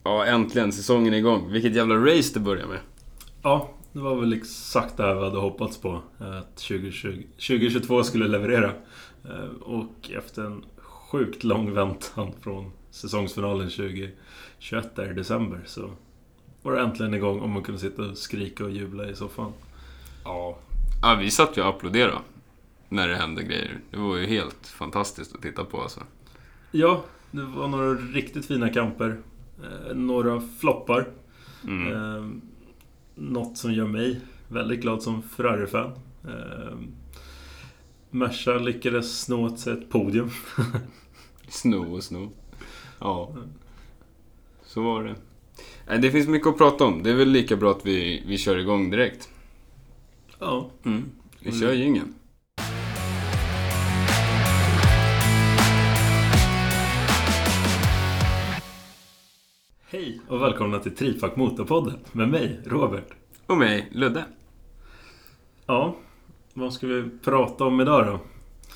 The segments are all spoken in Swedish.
Ja, äntligen, säsongen är igång. Vilket jävla race det börjar med. Ja, det var väl exakt det här vi hade hoppats på. Att 2022 skulle leverera. Och efter en sjukt lång väntan från säsongsfinalen 2021 där i december så var det äntligen igång om man kunde sitta och skrika och jubla i soffan. Ja, vi satt ju och applåderade när det hände grejer. Det var ju helt fantastiskt att titta på alltså. Ja, det var några riktigt fina kamper. Några floppar. Något som gör mig väldigt glad som Ferrari-fan. Merca lyckades sno åt sig ett podium. Sno. Ja, så var det. Det finns mycket att prata om. Det är väl lika bra att vi kör igång direkt. Ja. Vi kör jingeln. Hej och välkomna till Trifack Motorpodden med mig, Robert. Och mig, Ludde. Ja, vad ska vi prata om idag då?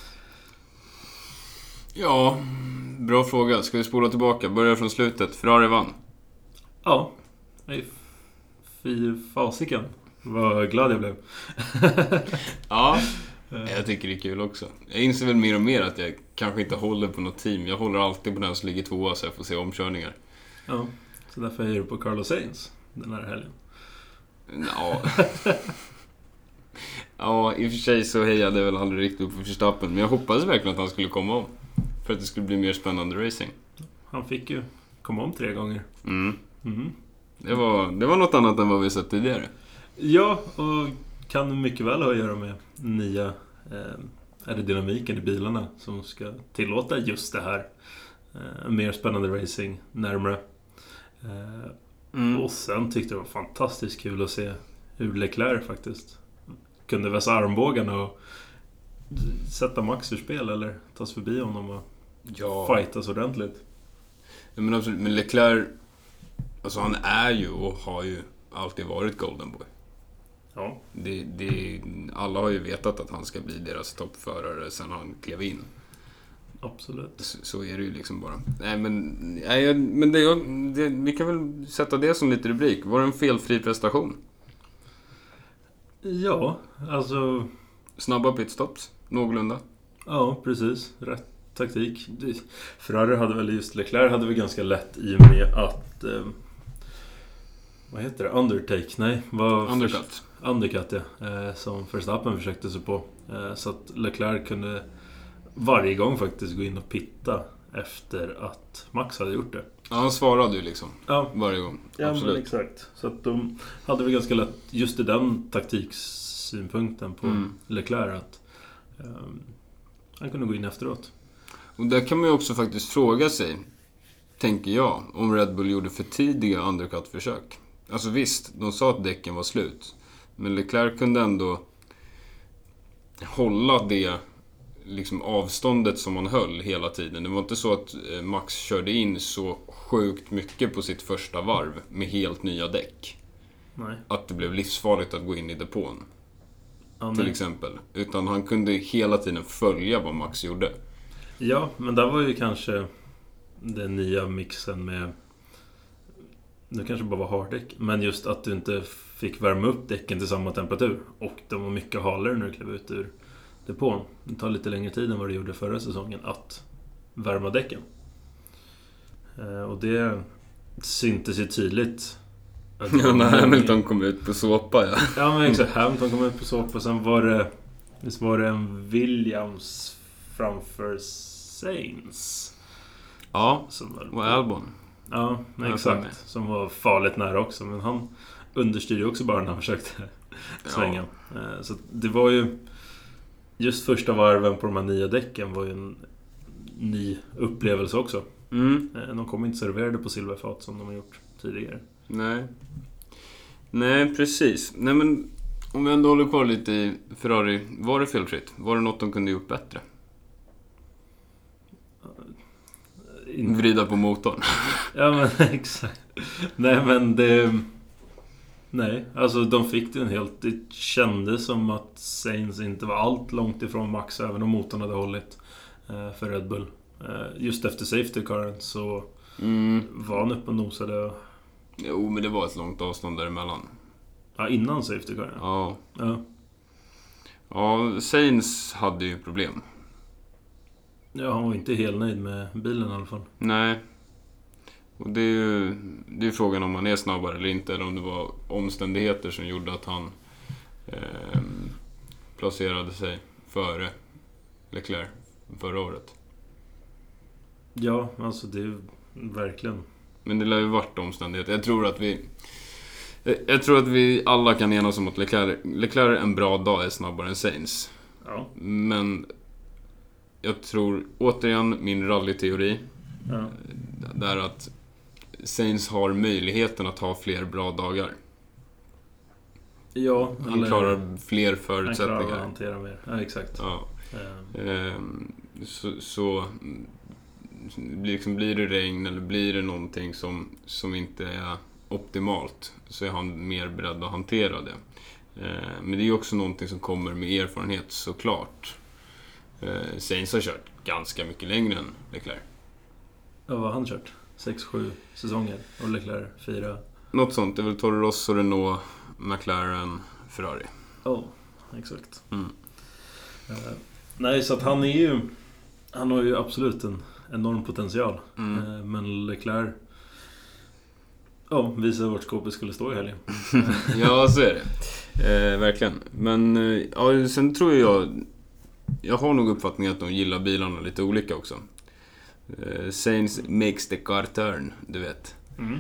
Ja, bra fråga. Ska vi spola tillbaka? Börja från slutet. Ferrari vann. Ja, fy fasiken. Vad glad jag blev. Ja, jag tycker det är kul också. Jag inser väl mer och mer att jag kanske inte håller på något team. Jag håller alltid på den som ligger tvåa så jag får se omkörningar. Ja, så därför är du på Carlos Sainz den här helgen. Ja. Ja, i och för sig så hejade jag väl aldrig riktigt upp för Verstappen. Men jag hoppades verkligen att han skulle komma om. För att det skulle bli mer spännande racing. Han fick ju komma om 3 gånger. Det var något annat än vad vi sett tidigare. Ja, och kan mycket väl ha att göra med nya aerodynamiken i bilarna som ska tillåta just det här. Mer spännande racing närmare. Och sen tyckte jag det var fantastiskt kul att se hur Leclerc faktiskt kunde vässa armbågarna och sätta Max ur spel eller tas förbi honom och fightas ordentligt. Ja, men absolut, men Leclerc, alltså han är ju och har ju alltid varit Golden Boy. Ja. Alla har ju vetat att han ska bli deras toppförare sen han klev in. Absolut. Så är det ju liksom bara. Vi kan väl sätta det som lite rubrik. Var det en felfri prestation? Ja, alltså... Snabba pitstops, någorlunda. Ja, precis. Rätt taktik. Ferrari hade väl just Leclerc hade väl ganska lätt i och med att... vad heter det? Undertake? Nej, Undercut, ja. Som Verstappen försökte sig på. Så att Leclerc kunde varje gång faktiskt gå in och pitta efter att Max hade gjort det. Ja, han svarade ju liksom. Ja. Varje gång. Ja, absolut. Men exakt. Så att de hade väl ganska lätt just i den taktiksynpunkten på Leclerc att han kunde gå in efteråt. Och där kan man ju också faktiskt fråga sig, tänker jag, om Red Bull gjorde för tidiga undercut-försök. Alltså visst, de sa att däcken var slut. Men Leclerc kunde ändå hålla det liksom avståndet som man höll hela tiden. Det var inte så att Max körde in så sjukt mycket på sitt första varv med helt nya däck. Nej. Att det blev livsfarligt att gå in i depån. Ja, till exempel. Utan han kunde hela tiden följa vad Max gjorde. Ja, men där var ju kanske den nya mixen med... Det kanske bara var harddäck. Men just att du inte fick värma upp däcken till samma temperatur. Och de var mycket halare när du klev ut ur depån. Det tar lite längre tid än vad det gjorde förra säsongen att värma däcken. Och det syntes ju tydligt. Ja, när Hamilton kom ut på såpa, ja. Ja, men exakt. Hamilton kom ut på såpa. Sen var det... Visst var det en Williams framför Sainz? Ja, och Albon. Ja, exakt. Som var farligt nära också. Men han understyrde också bara när han försökte svänga. Ja. Så det var ju... Just första varven på de här nya däcken var ju en ny upplevelse också. De kom inte serverade på silverfat som de har gjort tidigare. Nej, precis. Nej, men om vi ändå håller kvar lite i Ferrari, var det felfritt? Var det något de kunde gjort bättre? Vrida på motorn. Ja, men exakt. Nej, men Nej, alltså de fick det helt... Det kändes som att Sainz inte var allt långt ifrån Max, även om motorn hade hållit för Red Bull. Just efter safety caren så Var han uppe och nosade? Jo, men det var ett långt avstånd däremellan. Ja, innan safety car. Ja. Ja. Ja, Sainz hade ju problem. Ja, han var inte helt nöjd med bilen i alla fall. Nej. Och det är ju frågan om han är snabbare eller inte. Eller om det var omständigheter som gjorde att han placerade sig före Leclerc förra året. Ja, alltså det är ju verkligen... Men det lär ju varit omständigheter. Jag tror att vi alla kan enas om att Leclerc en bra dag är snabbare än Sainz. Ja. Men jag tror, återigen, min rallyteori där att Sainz har möjligheten att ha fler bra dagar. Ja, Han klarar fler förutsättningar. Han klarar att hantera mer. Ja, exakt. Ja. Så blir det regn eller blir det någonting som inte är optimalt, så är han mer beredd att hantera det. Men det är också någonting som kommer med erfarenhet, såklart. Sainz har kört ganska mycket längre än Leclerc. Ja, vad har han kört? 6-7 säsonger och Leclerc 4. Något sånt, det är väl Toro Rosso, Renault, McLaren, Ferrari. Ja, exakt. Nej, så att han har ju absolut en enorm potential. Men Leclerc visar vart skåpet skulle stå i helgen. Ja, så är det. Verkligen. Men sen tror jag har nog uppfattningen att de gillar bilarna lite olika också. Sainz makes the car turn, du vet.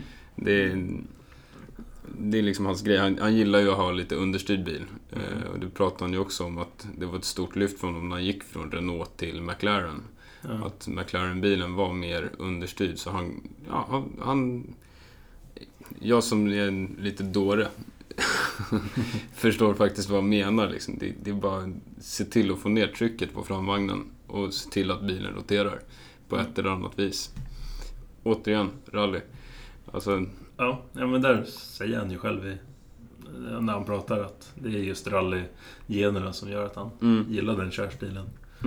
Det är liksom hans grej. Han gillar ju att ha lite understyrd bil. Och det pratade han ju också om, att det var ett stort lyft för honom när han gick från Renault till McLaren. Ja. Att McLaren-bilen var mer understyrd. Så han jag som är en lite dåre förstår faktiskt vad han menar. Liksom. Det är bara att se till att få ner trycket på framvagnen och se till att bilen roterar på ett eller annat vis. Återigen, rally. Alltså... Ja, men där säger han ju själv när han pratar att det är just rally-generna som gör att han gillar den körstilen.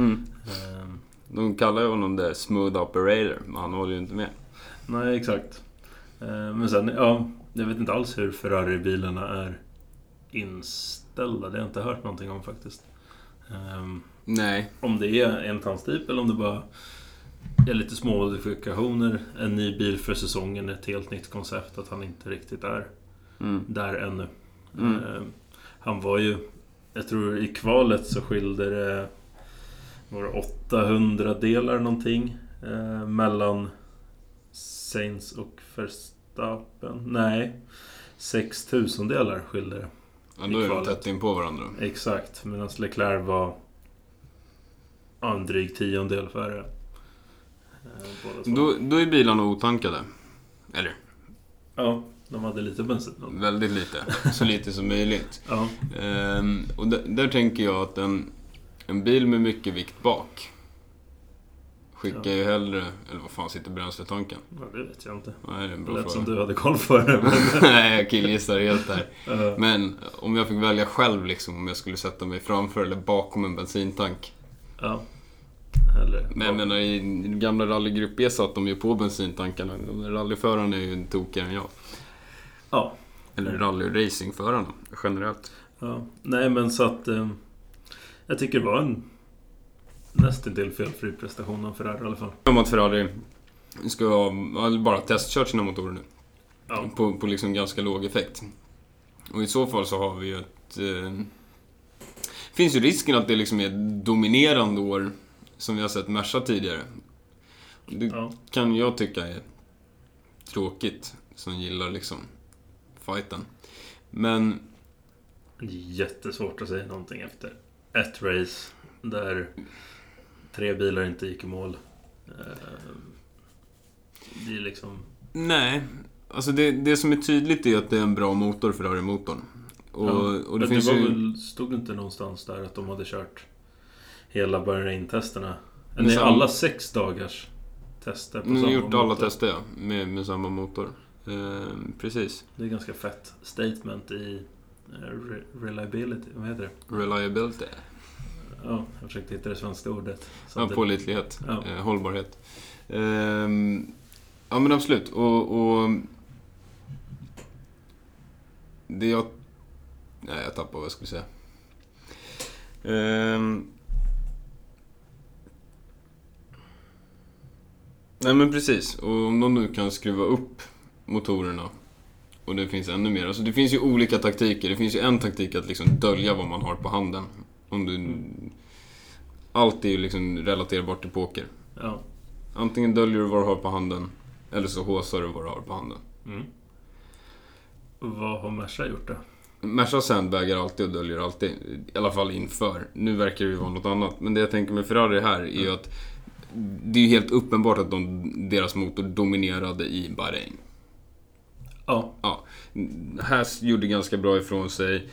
De kallar ju honom det smooth operator, men han håller ju inte med. Nej, exakt. Men sen, jag vet inte alls hur Ferrari-bilarna är inställda. Det har jag inte hört någonting om faktiskt. Nej. Om det är en tandstyp eller om det bara är lite små modifikationer. En ny bil för säsongen, ett helt nytt koncept, att han inte riktigt är där ännu. Han var ju, jag tror i kvalet så skilde det några 800 delar någonting mellan Sainz och Verstappen. Nej, 6000 delar skilde det. Ja, då är de tätt in på varandra. Exakt, medan Leclerc var en dryg 10-del före. Då är bilarna otankade. Eller? Ja, de hade lite bensin. Väldigt lite. Så lite som möjligt. Ja. Och där tänker jag att en bil med mycket vikt bak skickar ju hellre... Eller vad fan sitter bränsletanken? Ja, det vet jag inte. Nej, det är en bra fråga. fråga. Som du hade koll för det. Nej, jag killgissar helt där. Men om jag fick välja själv liksom, om jag skulle sätta mig framför eller bakom en bensintank. Ja. Men jag menar, i gamla rallygrupp E satt de ju på bensintankarna. Rallyförarna är ju tokigare än jag. Ja. Eller rallyracingförarna generellt. Ja. Nej, men så att jag tycker det var en nästan till felfri prestation av Ferrari i alla fall. Om att Ferrari ska ha bara testkört sina motorer nu. Ja. På liksom ganska låg effekt. Och i så fall så har vi ju ett... finns ju risken att det liksom är ett dominerande år som vi har sett Merca tidigare. Det kan jag tycka är tråkigt, som gillar liksom fighten. Men... Jättesvårt att säga någonting efter ett race där 3 bilar inte gick i mål. Det är liksom... Nej, alltså det som är tydligt är att det är en bra motor, Ferrari-motorn. Och det finns stod inte någonstans där att de hade kört hela Bahrain-testerna. Eller alla 6 dagars tester på samma motor. Gjort alla tester, ja, med samma motor. Precis. Det är ganska fett statement i reliability. Vad heter det? Reliability. Ja, jag försökte hitta det svenska ordet. Ja, pålitlighet. Ja. Hållbarhet. Ja, men absolut. Och det jag... Nej, jag tappade vad jag skulle säga. Nej, men precis. Och om de nu kan skruva upp motorerna och det finns ännu mer. Alltså det finns ju olika taktiker. Det finns ju en taktik att liksom dölja vad man har på handen. Om du... Allt är ju liksom relaterbart till poker. Ja. Antingen döljer du vad du har på handen, eller så håsar du vad du har på handen. Vad har Merca gjort då? Merca sandbaggar alltid och döljer alltid. I alla fall inför. Nu verkar det ju vara något annat. Men det jag tänker med Ferrari här är ju att det är helt uppenbart att deras motor dominerade i Bahrain. Ja. Haas gjorde ganska bra ifrån sig.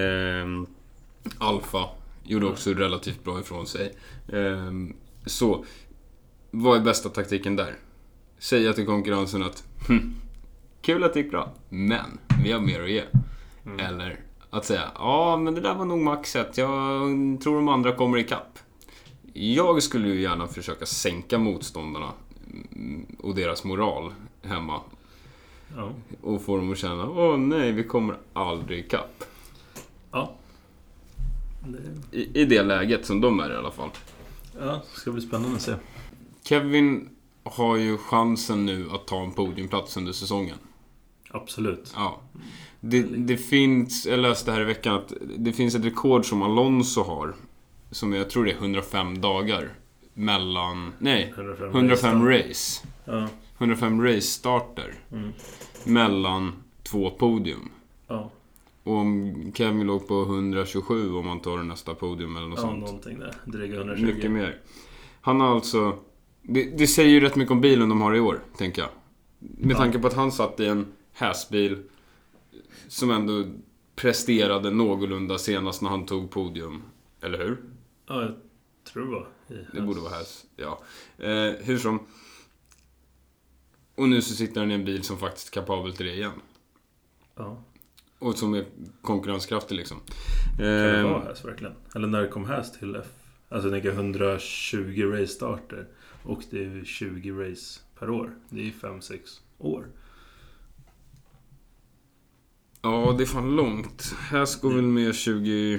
Alfa gjorde också relativt bra ifrån sig. Så vad är bästa taktiken där? Säga till konkurrensen att kul att det gick bra, men vi har mer att ge. Eller att säga, ja men det där var nog maxet, jag tror de andra kommer ikapp. Jag skulle ju gärna försöka sänka motståndarna och deras moral hemma. Ja. Och få dem att känna, åh nej, vi kommer aldrig ikapp. Ja. I det läget som de är i alla fall. Ja, det ska bli spännande att se. Kevin har ju chansen nu att ta en podiumplats under säsongen. Absolut. Ja. Det finns, jag läste här i veckan att det finns ett rekord som Alonso har. Som jag tror det är 105 dagar mellan... Nej, 105 race. Ja. 105 race-starter. Mellan 2 podium. Ja. Och om Kevin låg på 127 om man tar nästa podium eller något sånt. Någonting där. Dryga 120. Mycket mer. Han har alltså... Det säger ju rätt mycket om bilen de har i år, tänker jag. Med tanke på att han satt i en Haas-bil som ändå presterade någorlunda senast när han tog podium. Eller hur? Ja, jag tror det var. Det borde vara Haas, ja. Hur som... Och nu så sitter han i en bil som faktiskt är kapabel till det igen. Ja. Och som är konkurrenskraftig liksom. Kan det vara Haas verkligen? Eller när det kom Haas till F? Alltså jag tänker 120 race-starter. Och det är 20 race per år. Det är 5-6 år. Ja, det är fan långt. Haas går väl med 2017.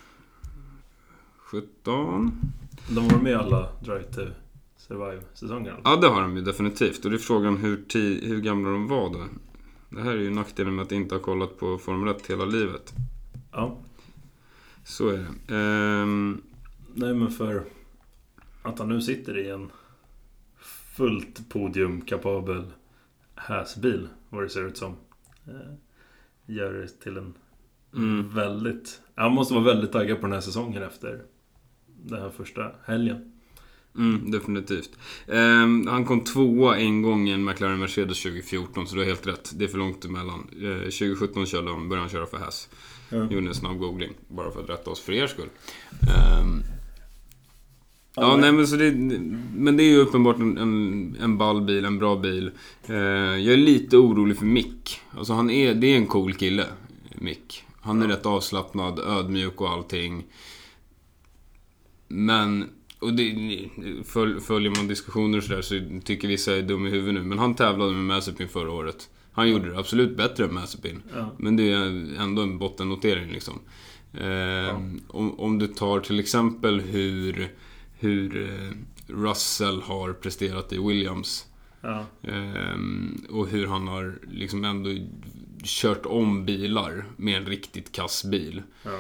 De var med i alla Drive to Survive-säsonger. Ja, det har de ju definitivt. Och det är frågan hur gamla de var då. Det här är ju nackdelen med att inte ha kollat på Formel 1 hela livet. Ja. Så är det. Nej, men för att han nu sitter i en fullt podiumkapabel Haas-bil, vad det ser ut som, gör det till en väldigt... Han måste vara väldigt taggad på den här säsongen efter den här första helgen. Definitivt. Han kom 2:a en gång i en McLaren Mercedes 2014, så det är helt rätt. Det är för långt emellan. 2017 började han köra för Haas. Gjorde en snabb googling, bara för att rätta oss för er skull. Nej, men det är ju uppenbart en ball bil, en bra bil. Jag är lite orolig för Mick. Alltså det är en cool kille, Mick. Han är rätt avslappnad, ödmjuk och allting. Men... Och följer man diskussioner och sådär, så tycker vissa är dum i huvudet nu. Men han tävlade med Mazepin förra året. Han gjorde det absolut bättre än Mazepin. Ja. Men det är ändå en bottennotering liksom. Om du tar till exempel hur Russell har presterat i Williams. Ja. Och hur han har liksom ändå kört om bilar med en riktigt kass bil. Ja.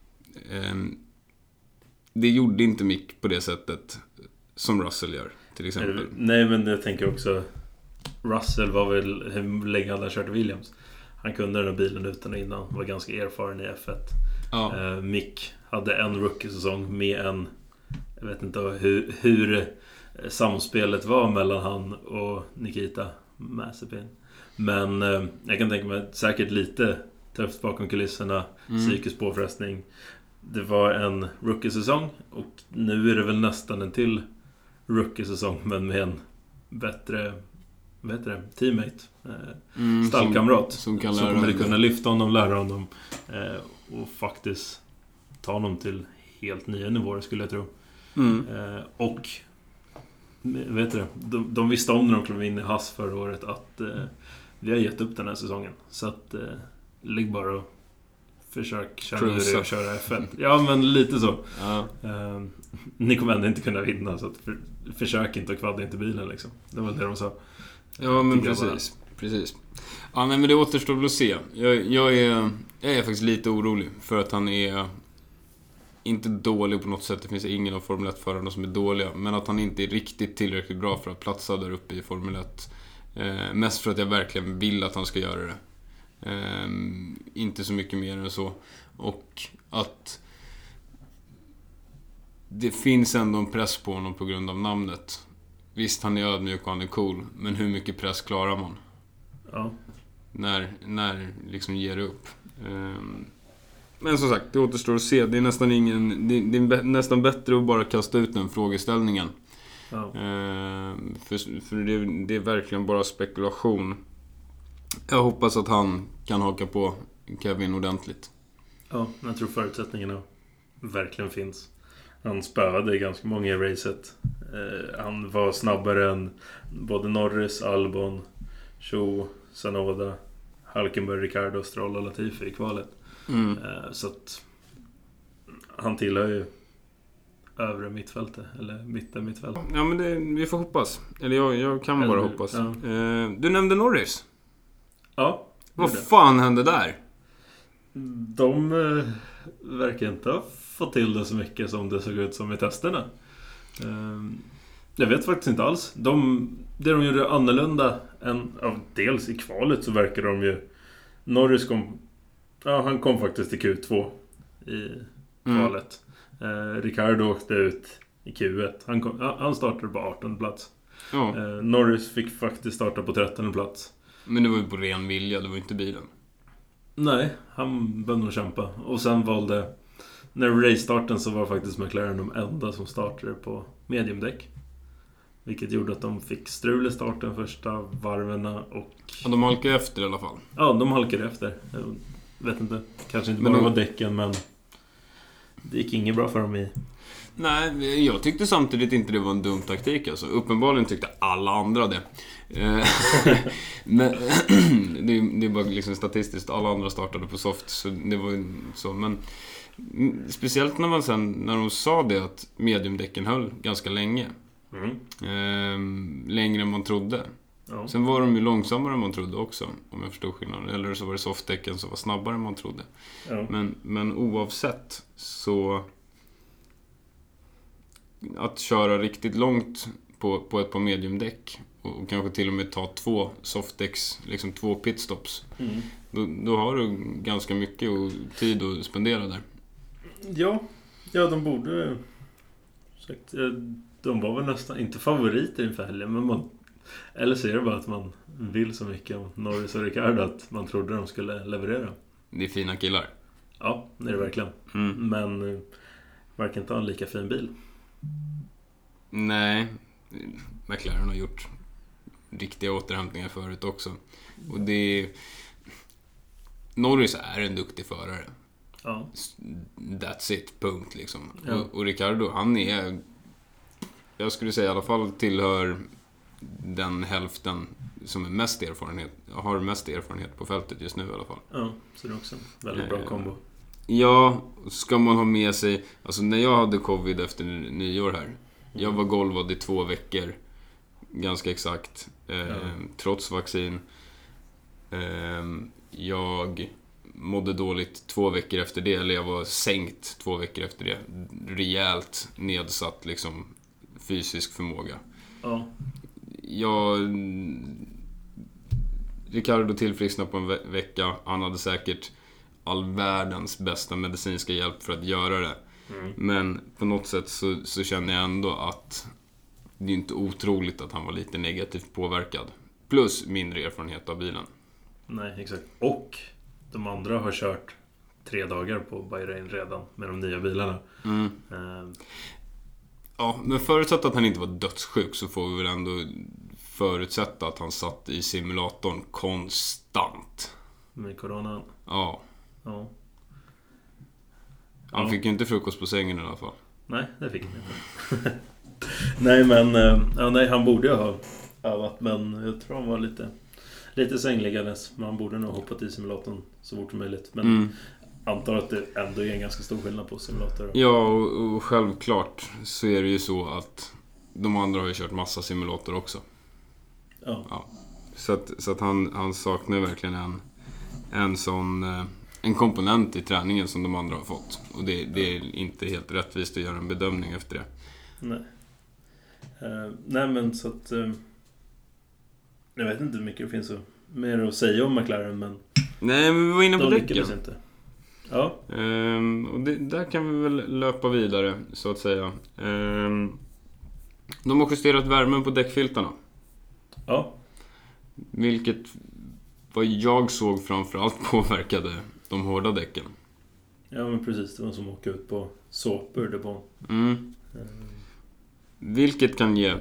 Det gjorde inte Mick på det sättet som Russell gör, till exempel. Nej, men jag tänker också, Russell var väl hur länge han hade kört Williams. Han kunde den här bilen utan och innan, var ganska erfaren i F1. Ja. Mick hade en rookie-säsong med en... Jag vet inte hur samspelet var mellan han och Nikita Mazepin. Men jag kan tänka mig säkert lite träffs bakom kulisserna, psykisk påfrestning. Det var en rookie-säsong och nu är det väl nästan en till rookie-säsong, men med en bättre teammate, stallkamrat som kommer kunna lyfta honom, lära honom och faktiskt ta honom till helt nya nivåer, skulle jag tro. Och vet du, de visste om när de klev in i Haas förra året att vi har gett upp den här säsongen. Så att ligg bara och försök känna hur det är att köra F1. Ja, men lite så. Ja. Ni kommer ändå inte kunna vinna, så att försök inte och kvadda inte bilen liksom. Det var det de sa. Ja, men precis. Ja, men det återstår väl att se. Jag är faktiskt lite orolig för att han är inte dålig på något sätt. Det finns ingen av Formel 1-förarna som är dåliga, men att han inte är riktigt tillräckligt bra för att platsa där uppe i Formel 1. Mest för att jag verkligen vill att han ska göra det. Inte så mycket mer än så. Och att det finns ändå en press på honom på grund av namnet. Visst, han är ödmjuk och han är cool, men hur mycket press klarar man? Ja. När liksom ger det upp. Men som sagt, det återstår att se. Det är nästan nästan bättre att bara kasta ut den frågeställningen. Ja. För det är verkligen bara spekulation. Jag hoppas att han kan haka på Kevin ordentligt. Ja, jag tror förutsättningarna verkligen finns. Han spöade ganska många i racet. Han var snabbare än både Norris, Albon, Zhou, Tsunoda, Hülkenberg, Ricciardo, Stroll och Latifi i kvalet. Så att han tillhör ju övre mittfältet, eller mitten mittfältet. Ja, men vi får hoppas. Eller jag kan bara hoppas. Ja. Du nämnde Norris. Ja. Vad fan hände där? De verkar inte ha fått till det så mycket som det såg ut som i testerna. Jag vet faktiskt inte alls. Det de gjorde annorlunda än dels i kvalet, så verkar de ju... Norris han kom faktiskt till Q2 i kvalet. Ricciardo åkte ut i Q1. Han startade på 18 plats. Ja. Norris fick faktiskt starta på 13 plats. Men det var ju på ren vilja, det var inte bilen. Nej, han började nog kämpa. Och sen när race-starten så var faktiskt McLaren de enda som startade på mediumdäck. Vilket gjorde att de fick strul i starten första varven och... Ja, de halkade efter i alla fall. Ja, de halkade efter. Jag vet inte, kanske inte bara var däcken, men det gick inget bra för dem i... Nej, jag tyckte samtidigt inte det var en dum taktik alltså. Uppenbarligen tyckte alla andra det. Men det är bara liksom statistiskt, alla andra startade på soft, så det var ju så. Men speciellt när de sa det att mediumdäcken höll ganska länge. Längre än man trodde. Ja. Sen var de ju långsammare än man trodde också, om jag förstår skillnaden. Eller så var det softdäcken som var snabbare än man trodde. Ja. Men oavsett så... Att köra riktigt långt på ett par mediumdäck och kanske till och med ta 2 softdäcks, liksom 2 pitstops. Då har du ganska mycket tid att spendera där. Ja, de borde sagt, de var väl nästan inte favoriter inför helgen, men eller så är det bara att man vill så mycket om Norris och Ricciardo att man trodde de skulle leverera. Det är fina killar. Ja, det är det verkligen. Men verkar inte ha en lika fin bil. Nej, McLaren har gjort riktiga återhämtningar förut också. Och Norris är en duktig förare. Ja. That's it, punkt liksom. Ja. Och Ricciardo, han är... Jag skulle säga i alla fall tillhör den hälften som har mest erfarenhet på fältet just nu i alla fall. Ja, så det är också en väldigt bra kombo. Ja, ska man ha med sig... Alltså när jag hade covid efter nyår här, jag var golvad i 2 veckor, ganska exakt, trots vaccin. Jag mådde dåligt 2 veckor efter det, eller jag var sänkt 2 veckor efter det. Rejält nedsatt liksom fysisk förmåga. Ja. Ricciardo tillfrisknade på en vecka. Han hade säkert all världens bästa medicinska hjälp för att göra det. Men på något sätt så känner jag ändå att det är inte otroligt att han var lite negativt påverkad. Plus mindre erfarenhet av bilen. Nej, exakt. Och de andra har kört 3 dagar på Bahrain redan med de nya bilarna. Ja, men förutsatt att han inte var dödssjuk så får vi väl ändå förutsätta att han satt i simulatorn konstant. Med coronan. Ja. Ja. Han fick ju inte frukost på sängen i alla fall. Nej, det fick han inte. Nej, men nej, han borde ju ha övat, men jag tror han var lite sängliggandes. Man borde nog hoppat i simulatorn så fort som möjligt. Men antar att det ändå är en ganska stor skillnad på simulator. Ja, och självklart så är det ju så att de andra har ju kört massa simulator också. Ja. Så att han saknar verkligen en sån en komponent i träningen som de andra har fått. Och det är inte helt rättvist att göra en bedömning efter det. Nej. Nej, men så att jag vet inte hur mycket det finns mer att säga om McLaren, men nej, men vi var inne på däcken. Inte. Ja. Och där kan vi väl löpa vidare, så att säga. De har justerat värmen på däckfiltarna. Ja. Vilket, vad jag såg, framförallt påverkade de hårda däcken. Ja, men precis. Det var som åker ut på såpor där på. Vilket kan ge...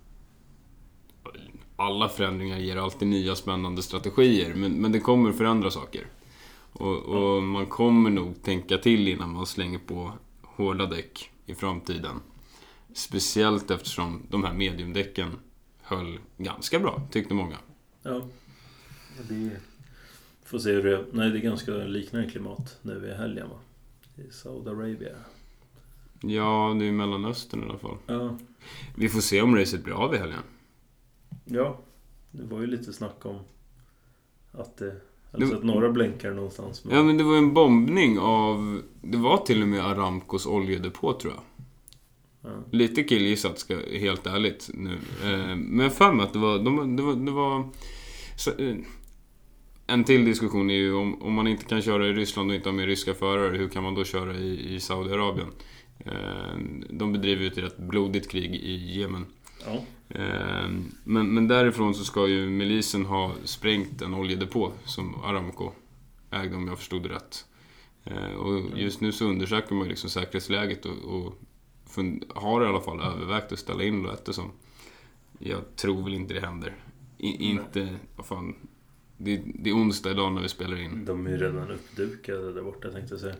Alla förändringar ger alltid nya spännande strategier. Men det kommer förändra saker. Och man kommer nog tänka till innan man slänger på hårda däck i framtiden. Speciellt eftersom de här mediumdäcken höll ganska bra, tyckte många. Ja. Det får se hur det... Nej, det är ganska liknande klimat nu i helgen, va? I Saudiarabien. Ja, det är i Mellanöstern i alla fall. Ja. Vi får se om racet blir av i helgen. Ja, det var ju lite snack om att det... Alltså att några blänkar någonstans. Ja, men det var en bombning av... Det var till och med Aramcos oljedepå, tror jag. Ja. Lite killgissat, helt ärligt nu. Men jag för mig att det var så, en till diskussion är ju om man inte kan köra i Ryssland och inte har med ryska förare, hur kan man då köra i Saudiarabien? De bedriver ju ett rätt blodigt krig i Jemen. Ja. Men därifrån så ska ju milisen ha sprängt en oljedepå som Aramco ägde, om jag förstod det rätt. Och just nu så undersöker man liksom säkerhetsläget och har i alla fall övervägt att ställa in då, eftersom jag tror väl inte det händer. Inte, vad fan, det är onsdag idag när vi spelar in. De är ju redan uppdukade där borta, tänkte jag säga.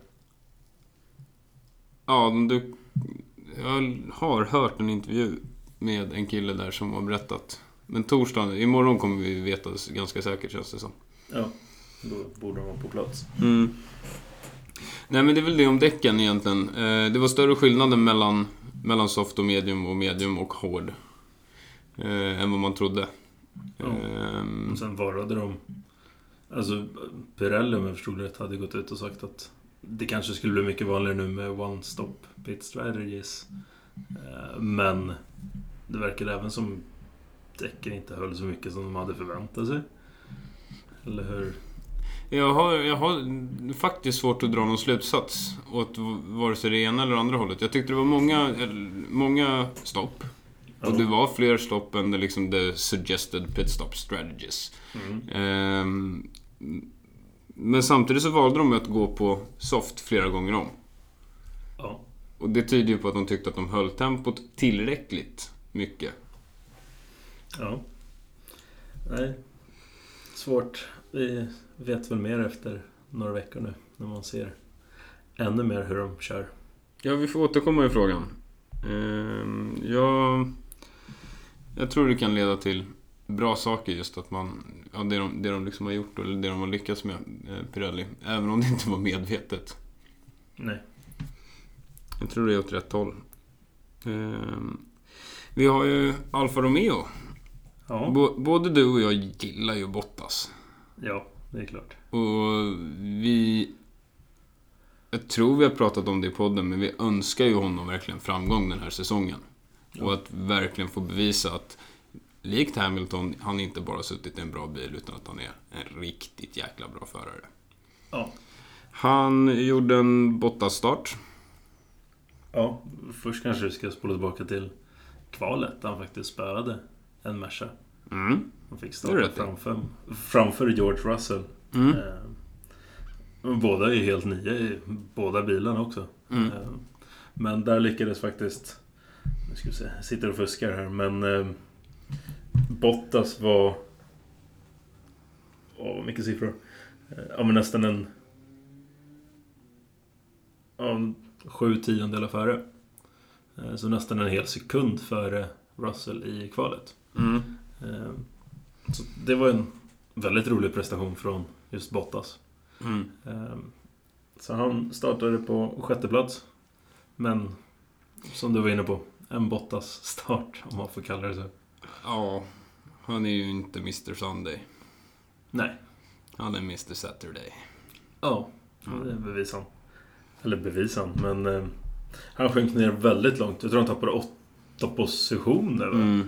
Ja, jag har hört en intervju med en kille där som har berättat. Men torsdagen, imorgon kommer vi veta ganska säkert, känns det som. Ja, då borde de vara på plats. Nej, men det är väl det om däcken egentligen. Det var större skillnader mellan soft och medium och hård än vad man trodde. Och sen varade de... Alltså Pirelli, om jag förstod rätt, hade gått ut och sagt att det kanske skulle bli mycket vanligare nu med one-stop pit strategies. Men det verkar även som däcken inte höll så mycket som de hade förväntat sig. Eller hur? Jag har faktiskt svårt att dra någon slutsats åt vare sig det ena eller andra hållet. Jag tyckte det var många stopp. Och det var fler stopp än liksom the suggested pit stop strategies. Men samtidigt så valde de att gå på soft flera gånger om. Ja. Och det tyder ju på att de tyckte att de höll tempot tillräckligt mycket. Ja. Nej. Svårt. Vi vet väl mer efter några veckor nu, när man ser ännu mer hur de kör. Ja, vi får återkomma i frågan. Jag tror det kan leda till bra saker, just att man, ja, det de liksom har gjort, eller det de har lyckats med, Pirelli, även om det inte var medvetet. Nej. Jag tror det är åt rätt håll. Vi har ju Alfa Romeo. Ja. Både du och jag gillar ju Bottas. Ja, det är klart. Och jag tror vi har pratat om det i podden, men vi önskar ju honom verkligen framgång den här säsongen. Ja. Och att verkligen få bevisa att likt Hamilton, han inte bara suttit i en bra bil, utan att han är en riktigt jäkla bra förare. Ja. Han gjorde en Bottas-start. Ja, först kanske vi ska spola tillbaka till kvalet. Han faktiskt spöade en Merca. Han fick starta framför George Russell. Båda är helt nya i båda bilarna också. Men där lyckades faktiskt... Nu ska vi se, jag sitter och fuskar här. Men Bottas var... mycket siffror. Ja, men nästan en... 7/10 före. Så nästan en hel sekund före Russell i kvalet. Så det var en väldigt rolig prestation från just Bottas. Så han startade på 6:e plats. Men som du var inne på, en Bottas start, om man får kalla det så. Ja, han är ju inte Mr. Sunday. Nej. Han är Mr. Saturday. Ja, det bevisar han. Eller bevisan, men han sjönk ner väldigt långt. Jag tror han tappade 8 positioner.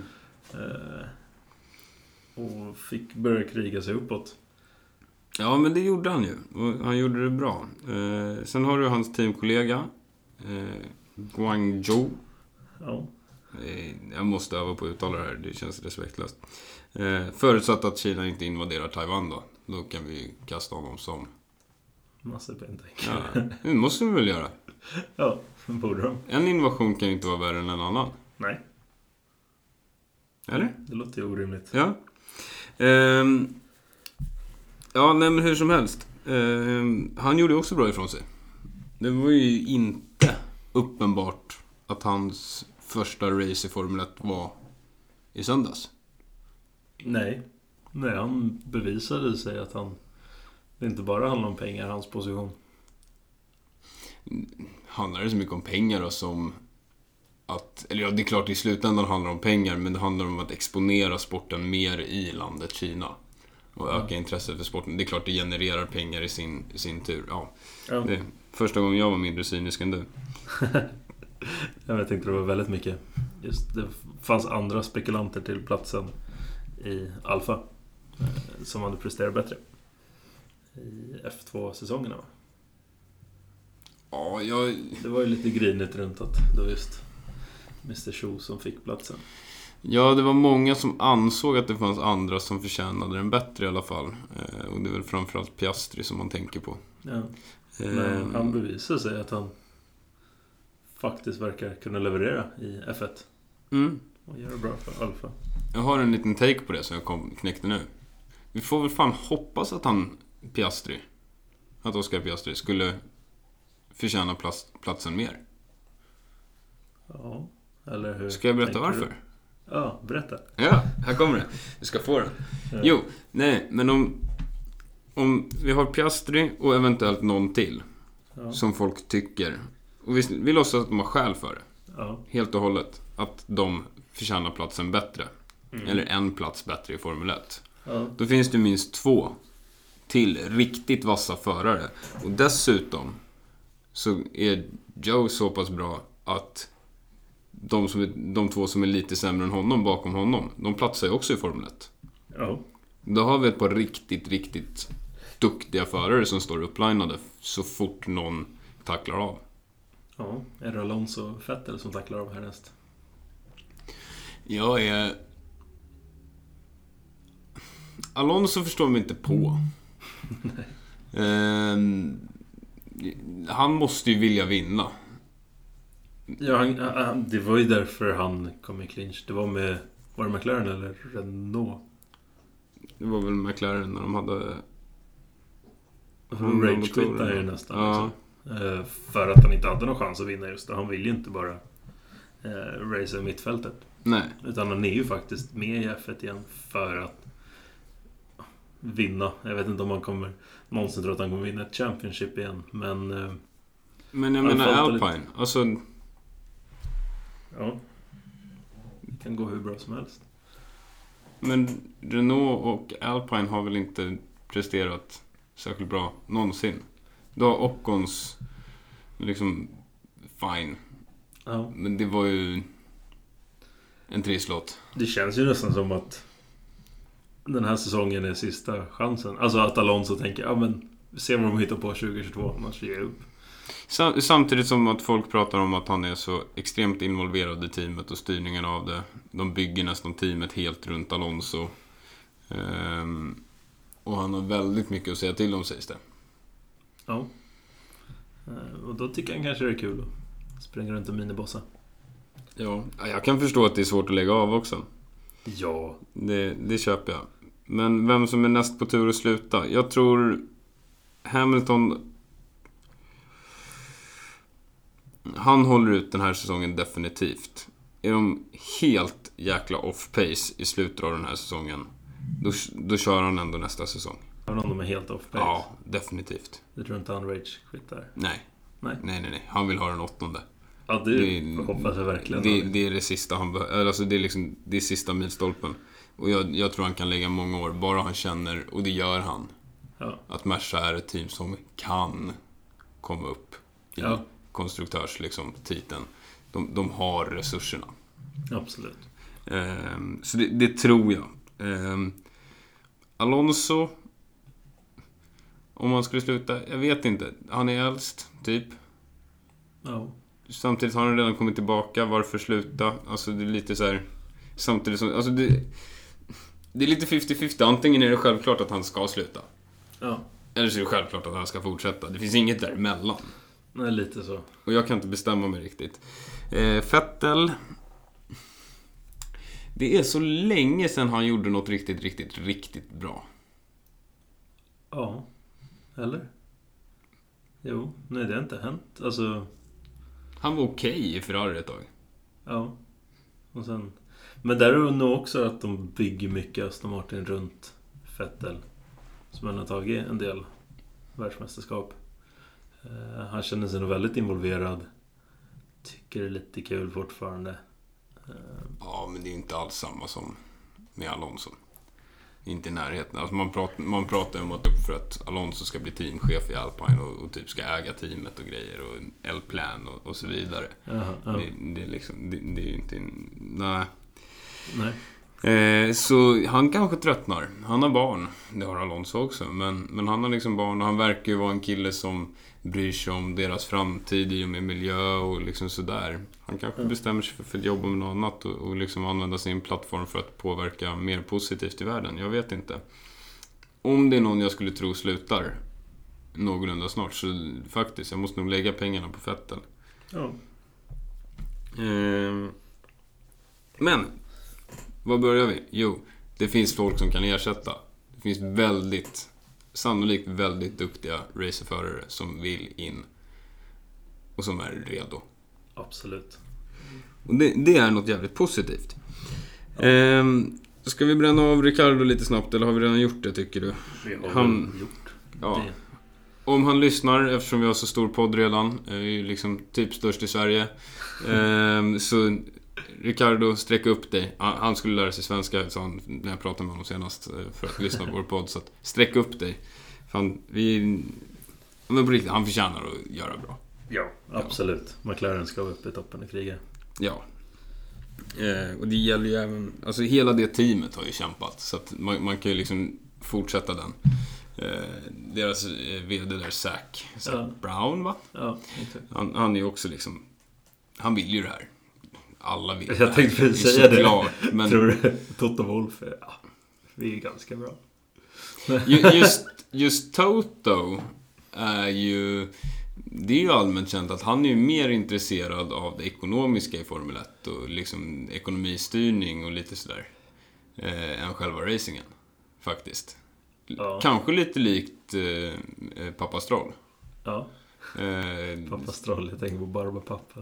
Och fick börja kriga sig uppåt. Ja, men det gjorde han ju. Och han gjorde det bra. Sen har du hans teamkollega Guangzhou. Ja. Jag måste öva på att uttala det här. Det känns respektlöst. Förutsatt att Kina inte invaderar Taiwan då. Då kan vi kasta honom som Massepentänk. Ja, det måste vi väl göra. Ja, borde de. En invasion kan ju inte vara värre än en annan. Nej. Eller? Det låter ju orimligt. Ja. Ja, nej, men hur som helst. Han gjorde också bra ifrån sig. Det var ju inte uppenbart att hans första race i Formel 1 var i söndags. Nej, han bevisade sig att det inte bara handlar om pengar, hans position. Handlar det så mycket om pengar då, som att, eller ja, det är klart i slutändan handlar det om pengar, men det handlar om att exponera sporten mer i landet Kina och öka intresset för sporten. Det är klart det genererar pengar i sin tur. Ja. Det är första gången jag var mindre cynisk än du. Jag tänkte det var väldigt mycket. Just det fanns andra spekulanter till platsen i Alfa som hade presterat bättre i F2-säsongerna, va? Ja, det var ju lite grinigt runt att det var just Mr. Zhou som fick platsen. Ja, det var många som ansåg att det fanns andra som förtjänade den bättre i alla fall. Och det är väl framförallt Piastri som man tänker på. Ja. Men han bevisar sig att han faktiskt verkar kunna leverera i F1. Och göra bra för Alfa. Jag har en liten take på det som jag knäckte nu. Vi får väl fan hoppas att att Oscar Piastri skulle förtjäna platsen mer. Ja, eller hur? Ska jag berätta varför? Du? Ja, berätta. Ja, här kommer det. Du ska få den. Ja. Jo, nej, men om vi har Piastri och eventuellt någon till som folk tycker, och vi låtsas att de har skäl för det. Ja. Helt och hållet. Att de förtjänar platsen bättre. Eller en plats bättre i Formel 1. Ja. Då finns det minst 2 till riktigt vassa förare. Och dessutom så är Joe så pass bra att de 2 som är lite sämre än honom bakom honom, de platsar ju också i Formel 1. Ja. Då har vi ett par riktigt duktiga förare som står upplinade så fort någon tacklar av. Ja, är det Alonso och Vettel som tacklar av härnäst? Alonso förstår mig inte på. Han måste ju vilja vinna. Ja, det var ju därför han kom i clinch. Det var det McLaren eller Renault? Det var väl McLaren när de hade rage-quittade ju nästan. Ja. Liksom. För att han inte hade någon chans att vinna just det. Han vill ju inte bara race i mittfältet. Nej. Utan han är ju faktiskt med i F1 igen för att vinna. Jag vet inte om han kommer någonsin tror att han kommer vinna ett Championship igen. Men jag menar Alpine. Lite. Alltså... Ja. Det kan gå hur bra som helst. Men Renault och Alpine har väl inte presterat särskilt bra någonsin. Då har Ockons liksom fine. Ja. Men det var ju en trisslåt. Det känns ju nästan som att den här säsongen är sista chansen. Alltså att Alonso tänker, ja men se vad de hittar på 2022, annars ger jag upp. Samtidigt som att folk pratar om att han är så extremt involverad i teamet och styrningen av det. De bygger nästan teamet helt runt Alonso. Och han har väldigt mycket att säga till om, sägs det. Ja. Och då tycker han kanske det är kul att springa runt och minibossa. Ja, jag kan förstå att det är svårt att lägga av också. Ja. Det köper jag. Men vem som är näst på tur att sluta? Jag tror Hamilton... Han håller ut den här säsongen definitivt. Är de helt jäkla off-pace i slutet av den här säsongen, då kör han ändå nästa säsong. Även om de är helt off-pace? Ja, definitivt. Du tror inte han rage-quittar? Nej. Han vill ha den 8:e. Ja, det hoppas jag verkligen. Det är det sista han behöver. Alltså det är liksom det är sista milstolpen. Och jag tror han kan lägga många år. Bara han känner, och det gör han, att Merca är ett team som kan komma upp i konstruktörs liksom, titeln. De har resurserna. Absolut. Så det tror jag. Alonso, om han skulle sluta, jag vet inte. Han är äldst, typ. Ja. Samtidigt har han redan kommit tillbaka. Varför sluta? Alltså det är lite så här. Samtidigt som, alltså det är lite 50-50. Antingen är det självklart att han ska sluta. Ja. Eller så är det självklart att han ska fortsätta. Det finns inget däremellan. Nej, lite så. Och jag kan inte bestämma mig riktigt. Vettel. Det är så länge sedan han gjorde något riktigt bra. Ja. Eller? Jo, nej det har inte hänt. Alltså... Han var okej i Ferrari ett tag. Ja. Och sen... Men där är det nog också att de bygger mycket Aston Martin runt Vettel. Som han har tagit en del världsmästerskap. Han känner sig nog väldigt involverad. Tycker det är lite kul fortfarande. Ja, men det är inte alls samma som med Alonso. Inte i närheten. Alltså man pratar om för att Alonso ska bli teamchef i Alpine och typ ska äga teamet och grejer och L-plan och så vidare. Det är liksom det är inte nej. Så han kanske tröttnar. Han har barn. Det har Alonso också. Men han har liksom barn och han verkar ju vara en kille som bryr sig om deras framtid i och med miljö och liksom sådär. Han kanske bestämmer sig för att jobba med något annat och liksom använda sin plattform för att påverka mer positivt i världen. Jag vet inte. Om det är någon jag skulle tro slutar någorlunda snart, så faktiskt, jag måste nog lägga pengarna på Vettel. Ja. Men vad börjar vi? Jo, det finns folk som kan ersätta. Det finns sannolikt väldigt duktiga racerförare som vill in och som är redo. Absolut. Och det är något jävligt positivt. Ska vi bränna av Ricardo lite snabbt, eller har vi redan gjort det, tycker du? Vi har gjort det. Om han lyssnar, eftersom vi har så stor podd redan, är ju liksom typ störst i Sverige, så Ricardo, sträck upp dig. Han skulle lära sig svenska, sa han när jag pratade med honom senast, för att lyssna på vår podd. Så att sträck upp dig. Fan, men på riktigt, han förtjänar att göra bra. Ja, absolut. McLaren ska upp i toppen i kriget. Ja. Och det gäller ju även, alltså hela det teamet har ju kämpat, så att man kan ju liksom fortsätta den. Deras vd där, Zac Brown, va? Ja, exakt. Han är ju också liksom, han vill ju det här. Alla vill. Jag tänkte precis säga klart, det. Men... Tror du Toto Wolff är... Ja, vi är ganska bra. just Toto är ju... Det är ju allmänt känt att han är ju mer intresserad av det ekonomiska i Formel 1 och liksom ekonomistyrning och lite sådär än själva racingen, faktiskt. Ja. Kanske lite likt Pappa Stroll. Ja. Pappa Stroll, jag tänker på Barbapappa.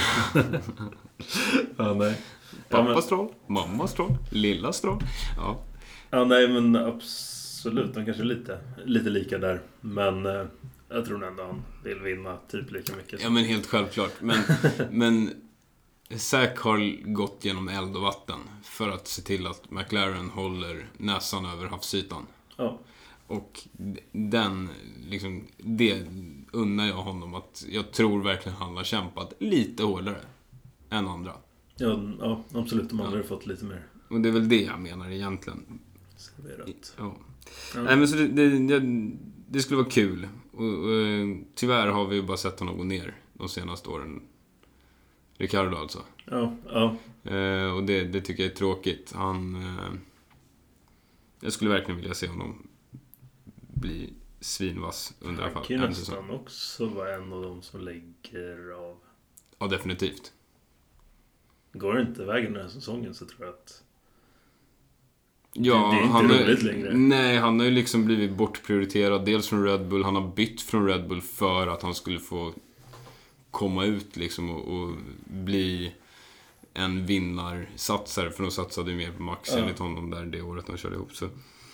Ja, nej. Pappa Stroll, mamma Stroll, lilla Stroll. Ja, nej, men absolut. De kanske är lite lika där. Men jag tror ändå han vill vinna typ lika mycket. Ja, men helt självklart. Men Zac har gått genom eld och vatten för att se till att McLaren håller näsan över havsytan. Ja. Och det unnar jag honom, att jag tror verkligen han har kämpat lite hårdare än andra. Ja, absolut. De andra har fått lite mer. Och det är väl det jag menar egentligen. Serverat. Ja. Nej, men så det skulle vara kul. Och tyvärr har vi ju bara sett honom gå ner de senaste åren. Ricardo alltså. Ja. Och det tycker jag är tråkigt. Jag skulle verkligen vilja se honom bli svinvass under alla fall. Han kan nästan också vara en av dem som lägger av. Ja, definitivt. Går det inte vägen den här säsongen, så tror jag att ja, det är inte roligt längre. Nej, han har ju liksom blivit bortprioriterad. Dels från Red Bull. Han har bytt från Red Bull för att han skulle få komma ut liksom och bli en vinnarsatsare, för de satsade ju mer på Max enligt honom där det året de körde ihop. Så.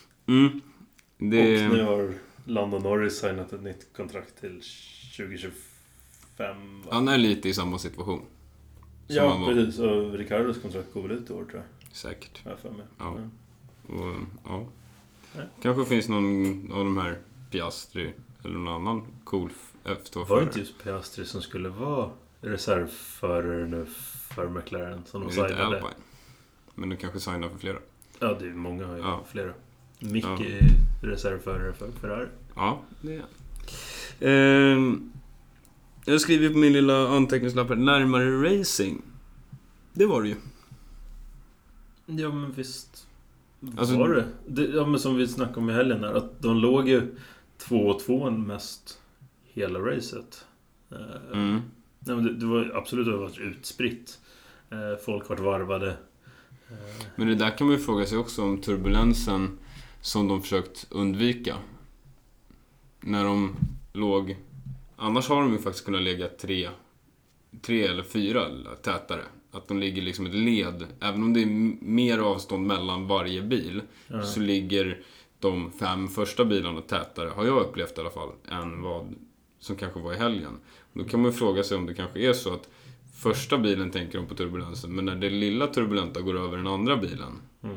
Och nu har Lando Norris signat ett nytt kontrakt till 2025. Han är lite i samma situation. Ja, precis. Och Ricardos kontrakt går väl ut i år, tror jag. Säkert. Jag för mig. Ja. Och, ja. Kanske finns någon av de här Piastri eller någon annan cool F2-förare. Var det inte just Piastri som skulle vara reservförare nu för McLaren som de signade? Alpine. Men de kanske signar för flera. Ja, det är många, flera. Mycket reservförare för Ferrari. Ja, det är. Jag skriver på min lilla anteckningslapp här, närmare racing. Det var det ju. Ja, men visst alltså, var det. Ja, men som vi snackade om i helgen här, att de låg ju 2-2 mest hela racet. Nej, men det var absolut utspritt. Folk vart varvade. Men det där kan man ju fråga sig också om turbulensen som de försökt undvika. När de låg... Annars har de ju faktiskt kunnat lägga 3 eller 4 tätare. Att de ligger liksom ett led. Även om det är mer avstånd mellan varje bil så ligger de 5 första bilarna tätare, har jag upplevt i alla fall, än vad som kanske var i helgen. Då kan man ju fråga sig om det kanske är så att första bilen tänker de på turbulensen, men när det lilla turbulenta går över den andra bilen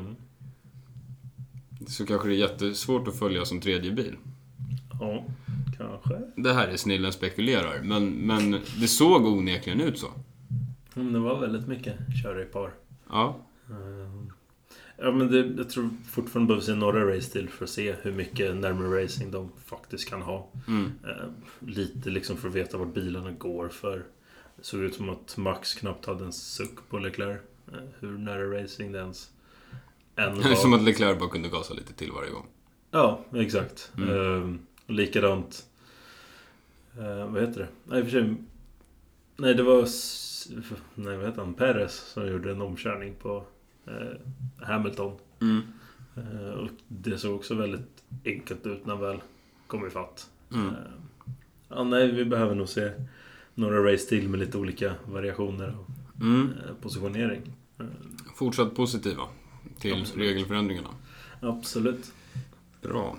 så kanske det är jättesvårt att följa som tredje bil. Ja, kanske. Det här är snillen spekulerar, men det såg onekligen ut så. Det var väldigt mycket köra i par. Ja. Ja, men jag tror fortfarande behövs se några race till för att se hur mycket närmare racing de faktiskt kan ha. Lite liksom för att veta vart bilarna går, för det såg ut som att Max knappt hade en suck på Leclerc. Hur nära racing det ens än var. Som att Leclerc bara kunde gasa lite till varje gång. Ja, exakt. Likadant. Vad heter det? Nej, för sig. Nej, det var... Nej, vad heter han? Perez som gjorde en omkörning på Hamilton. Och det såg också väldigt enkelt ut när väl kom ifatt. Ja, nej, vi behöver nog se några race till med lite olika variationer och positionering. Fortsatt positiva till regelförändringarna. Absolut. Bra.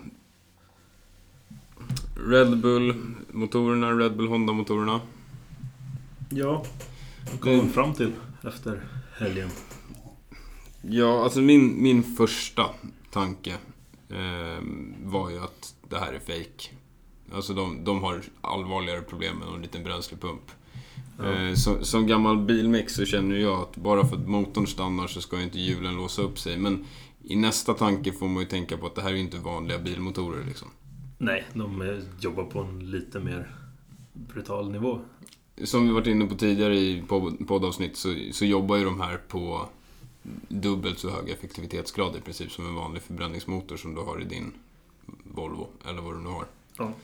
Red Bull-motorerna, Red Bull-Honda-motorerna. Ja, vad kom man fram till efter helgen? Ja, alltså min första tanke var ju att det här är fake. Alltså de har allvarligare problem med någon liten bränslepump. Som gammal bilmix så känner jag att bara för att motorn stannar så ska inte hjulen låsa upp sig. Men i nästa tanke får man ju tänka på att det här är inte vanliga bilmotorer liksom. Nej, de jobbar på en lite mer brutal nivå. Som vi varit inne på tidigare i poddavsnitt så jobbar ju de här på dubbelt så hög effektivitetsgrad i princip som en vanlig förbränningsmotor som du har i din Volvo eller vad du nu har. Ja.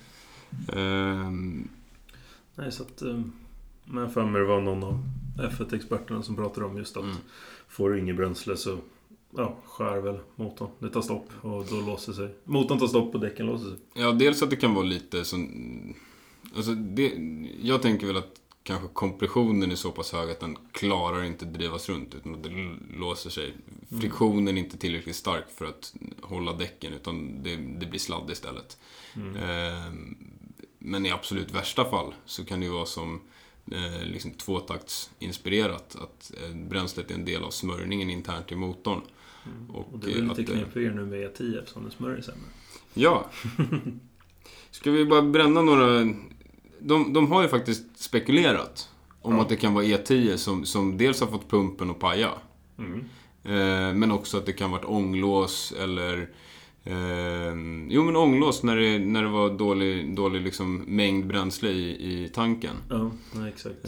Nej, så att men för mig var någon av F1-experterna som pratade om just att får du ingen bränsle så skär väl motorn. Det tar stopp och då låser sig. Motorn tar stopp och däcken låser sig. Ja, dels att det kan vara lite som... Alltså jag tänker väl att kanske kompressionen är så pass hög att den klarar inte drivas runt utan att det låser sig. Friktionen är inte tillräckligt stark för att hålla däcken utan det blir sladd istället. Men i absolut värsta fall så kan det ju vara som liksom tvåtaktsinspirerat att bränslet är en del av smörjningen internt i motorn. Och det är lite knepigare nu med E10 eftersom det smörjer sämre. Ja. Ska vi bara bränna några... De har ju faktiskt spekulerat om att det kan vara E10 som dels har fått pumpen att paja. Men också att det kan vara ett ånglås eller... men ånglås när det var dålig liksom mängd bränsle i tanken. Ja, exakt.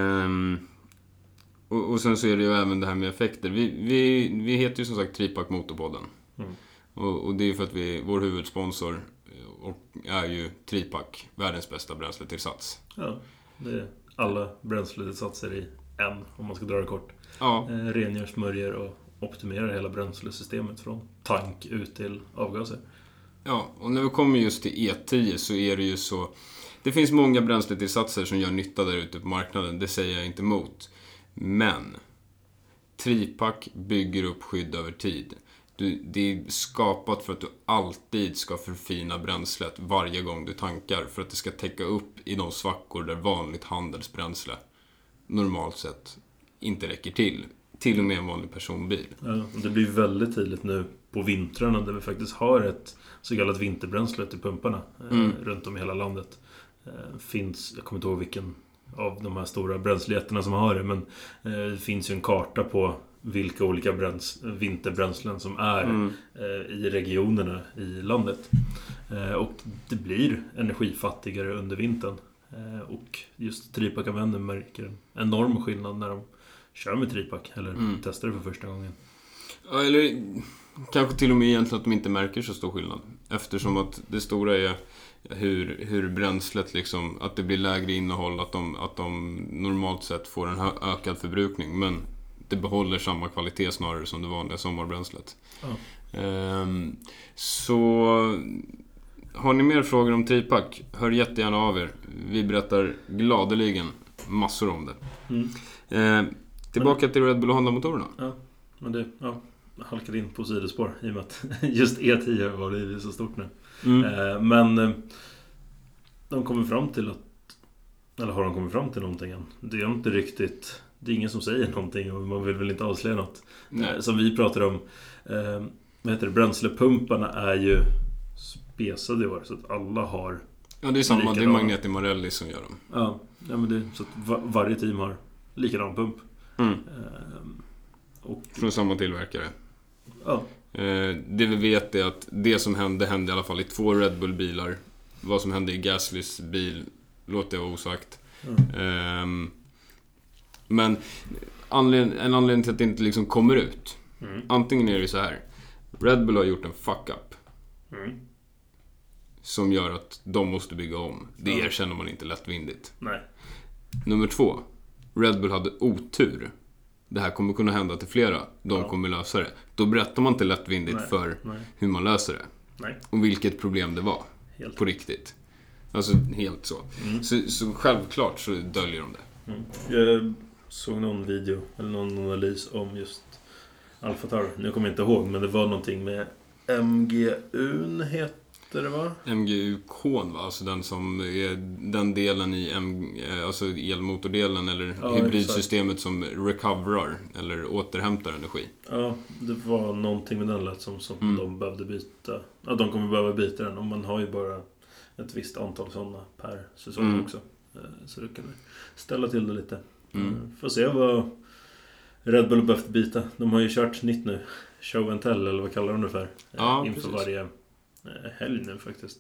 Och sen så är det ju även det här med effekter. Vi heter ju som sagt Tripack Motorpodden. Och det är ju för att vår huvudsponsor och är ju Tripack, världens bästa bränsletillsats. Ja, det är alla bränsletillsatser i en, om man ska dra det kort. Ja. Rengör, smörjer och optimerar hela bränslesystemet från tank ut till avgaser. Ja, och när vi kommer just till E10 så är det ju så... Det finns många bränsletillsatser som gör nytta där ute på marknaden. Det säger jag inte emot. Men Tripac bygger upp skydd över tid. Det är skapat för att du alltid ska förfina bränslet varje gång du tankar. För att det ska täcka upp i de svackor där vanligt handelsbränsle normalt sett inte räcker till. Till och med en vanlig personbil. Ja, det blir väldigt tydligt nu på vintrarna där vi faktiskt har ett så kallat vinterbränsle till pumparna runt om i hela landet. Finns, jag kommer inte ihåg vilken av de här stora bränslejättarna som har det, men det finns ju en karta på vilka olika vinterbränslen som är i regionerna i landet. Och det blir energifattigare under vintern. Och just Tripac-användare märker en enorm skillnad när de kör med Tripac eller testar det för första gången. Ja, eller kanske till och med egentligen att de inte märker så stor skillnad. Eftersom att det stora är hur bränslet liksom, att det blir lägre innehåll, att de normalt sett får en ökad förbrukning, men det behåller samma kvalitet snarare som det vanliga sommarbränslet. Så har ni mer frågor om Tripac, hör jättegärna av er. Vi berättar gladeligen massor om det. Tillbaka till Red Bull och Honda-motorerna. Ja, men det halkade in på sidospår i och med att just E10 var det så stort nu. Men de kommer fram till att, eller har de kommit fram till någonting än? Det är inte riktigt, det är ingen som säger någonting och man vill väl inte avslöja något. Som vi pratar om, vad heter det, bränslepumparna är ju spesade i år så att alla har. Ja, det är samma, det är Magneti Marelli som gör dem. Ja, men det är så att varje team har likadan pump. Och från samma tillverkare. Ja. Det vi vet är att det som hände i alla fall i 2 Red Bull-bilar. Vad som hände i Gaslys bil låter jag osagt. Men en anledning till att det inte liksom kommer ut. Antingen är det så här: Red Bull har gjort en fuck-up som gör att de måste bygga om. Det erkänner man inte lättvindigt. Nej. Nummer 2: Red Bull hade otur. Det här kommer kunna hända till flera. De kommer lösa det. Då berättar man inte lättvindigt hur man löser det. Nej. Och vilket problem det var. Helt. På riktigt. Alltså helt så. Så självklart så döljer de det. Jag såg någon video eller någon analys om just Alfa Tauri. Nu kommer jag inte ihåg, men det var någonting med MGU heter det, va? MGU-kon, va? Alltså den som är den delen i alltså elmotordelen eller hybridsystemet som recoverar eller återhämtar energi. Ja, det var någonting med den lät som de behövde byta. Ja, de kommer behöva byta den, och man har ju bara ett visst antal sådana per säsong också. Så det kan vi ställa till det lite. Får se vad Red Bull behövt byta. De har ju kört nytt nu. Show and tell, eller vad kallar de det för? Inför precis. Varje helg nu faktiskt.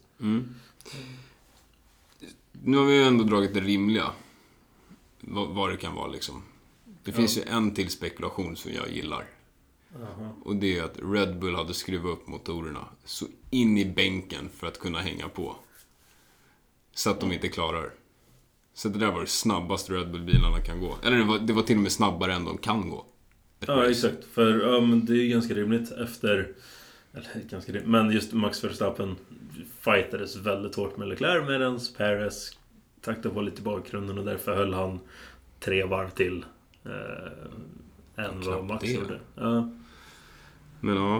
Nu har vi ju ändå dragit det rimliga. Vad det kan vara liksom. Det finns ju en till spekulation som jag gillar. Och det är att Red Bull hade skruvat upp motorerna så in i bänken för att kunna hänga på. Så att de inte klarar. Så det där var det snabbaste Red Bull-bilarna kan gå. Eller det var till och med snabbare än de kan gå. Ja, exakt. För men det är ju ganska rimligt efter... Eller ganska rimligt. Men just Max Verstappen fightades väldigt hårt med Leclerc, medan Perez taktade på lite i bakgrunden och därför höll han 3 varv till än vad Max gjorde. Ja. Men ja.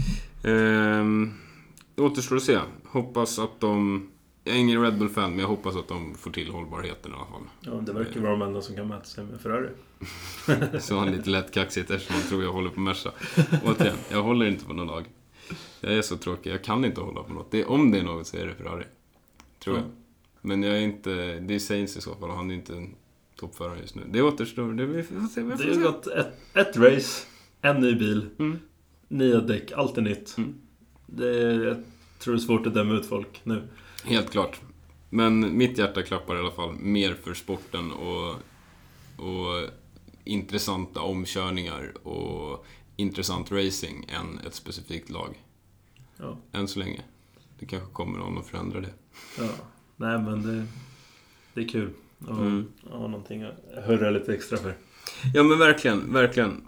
Det återstår att se. Hoppas att de... Jag är ingen Red Bull-fan, men jag hoppas att de får till hållbarheten i alla fall. Ja, det verkar vara de enda som kan mäta sig med Ferrari. Så han lite lätt kaxigt eftersom han tror jag håller på Merca. Återigen, jag håller inte på någon lag. Jag är så tråkig, jag kan inte hålla på något. Om det är något så är det Ferrari. Tror jag. Men jag är inte... Det är Sainz i så fall, och han är inte en toppförare just nu. Det återstår, vi får se. Det har gått ett race, en ny bil, nya däck, allt är nytt. Jag tror det är svårt att döma ut folk nu. Helt klart. Men mitt hjärta klappar i alla fall mer för sporten och intressanta omkörningar och intressant racing än ett specifikt lag. Ja. Än så länge. Det kanske kommer någon att förändra det. Ja, nej men det är kul att ha någonting att hurra lite extra för. Ja, men verkligen.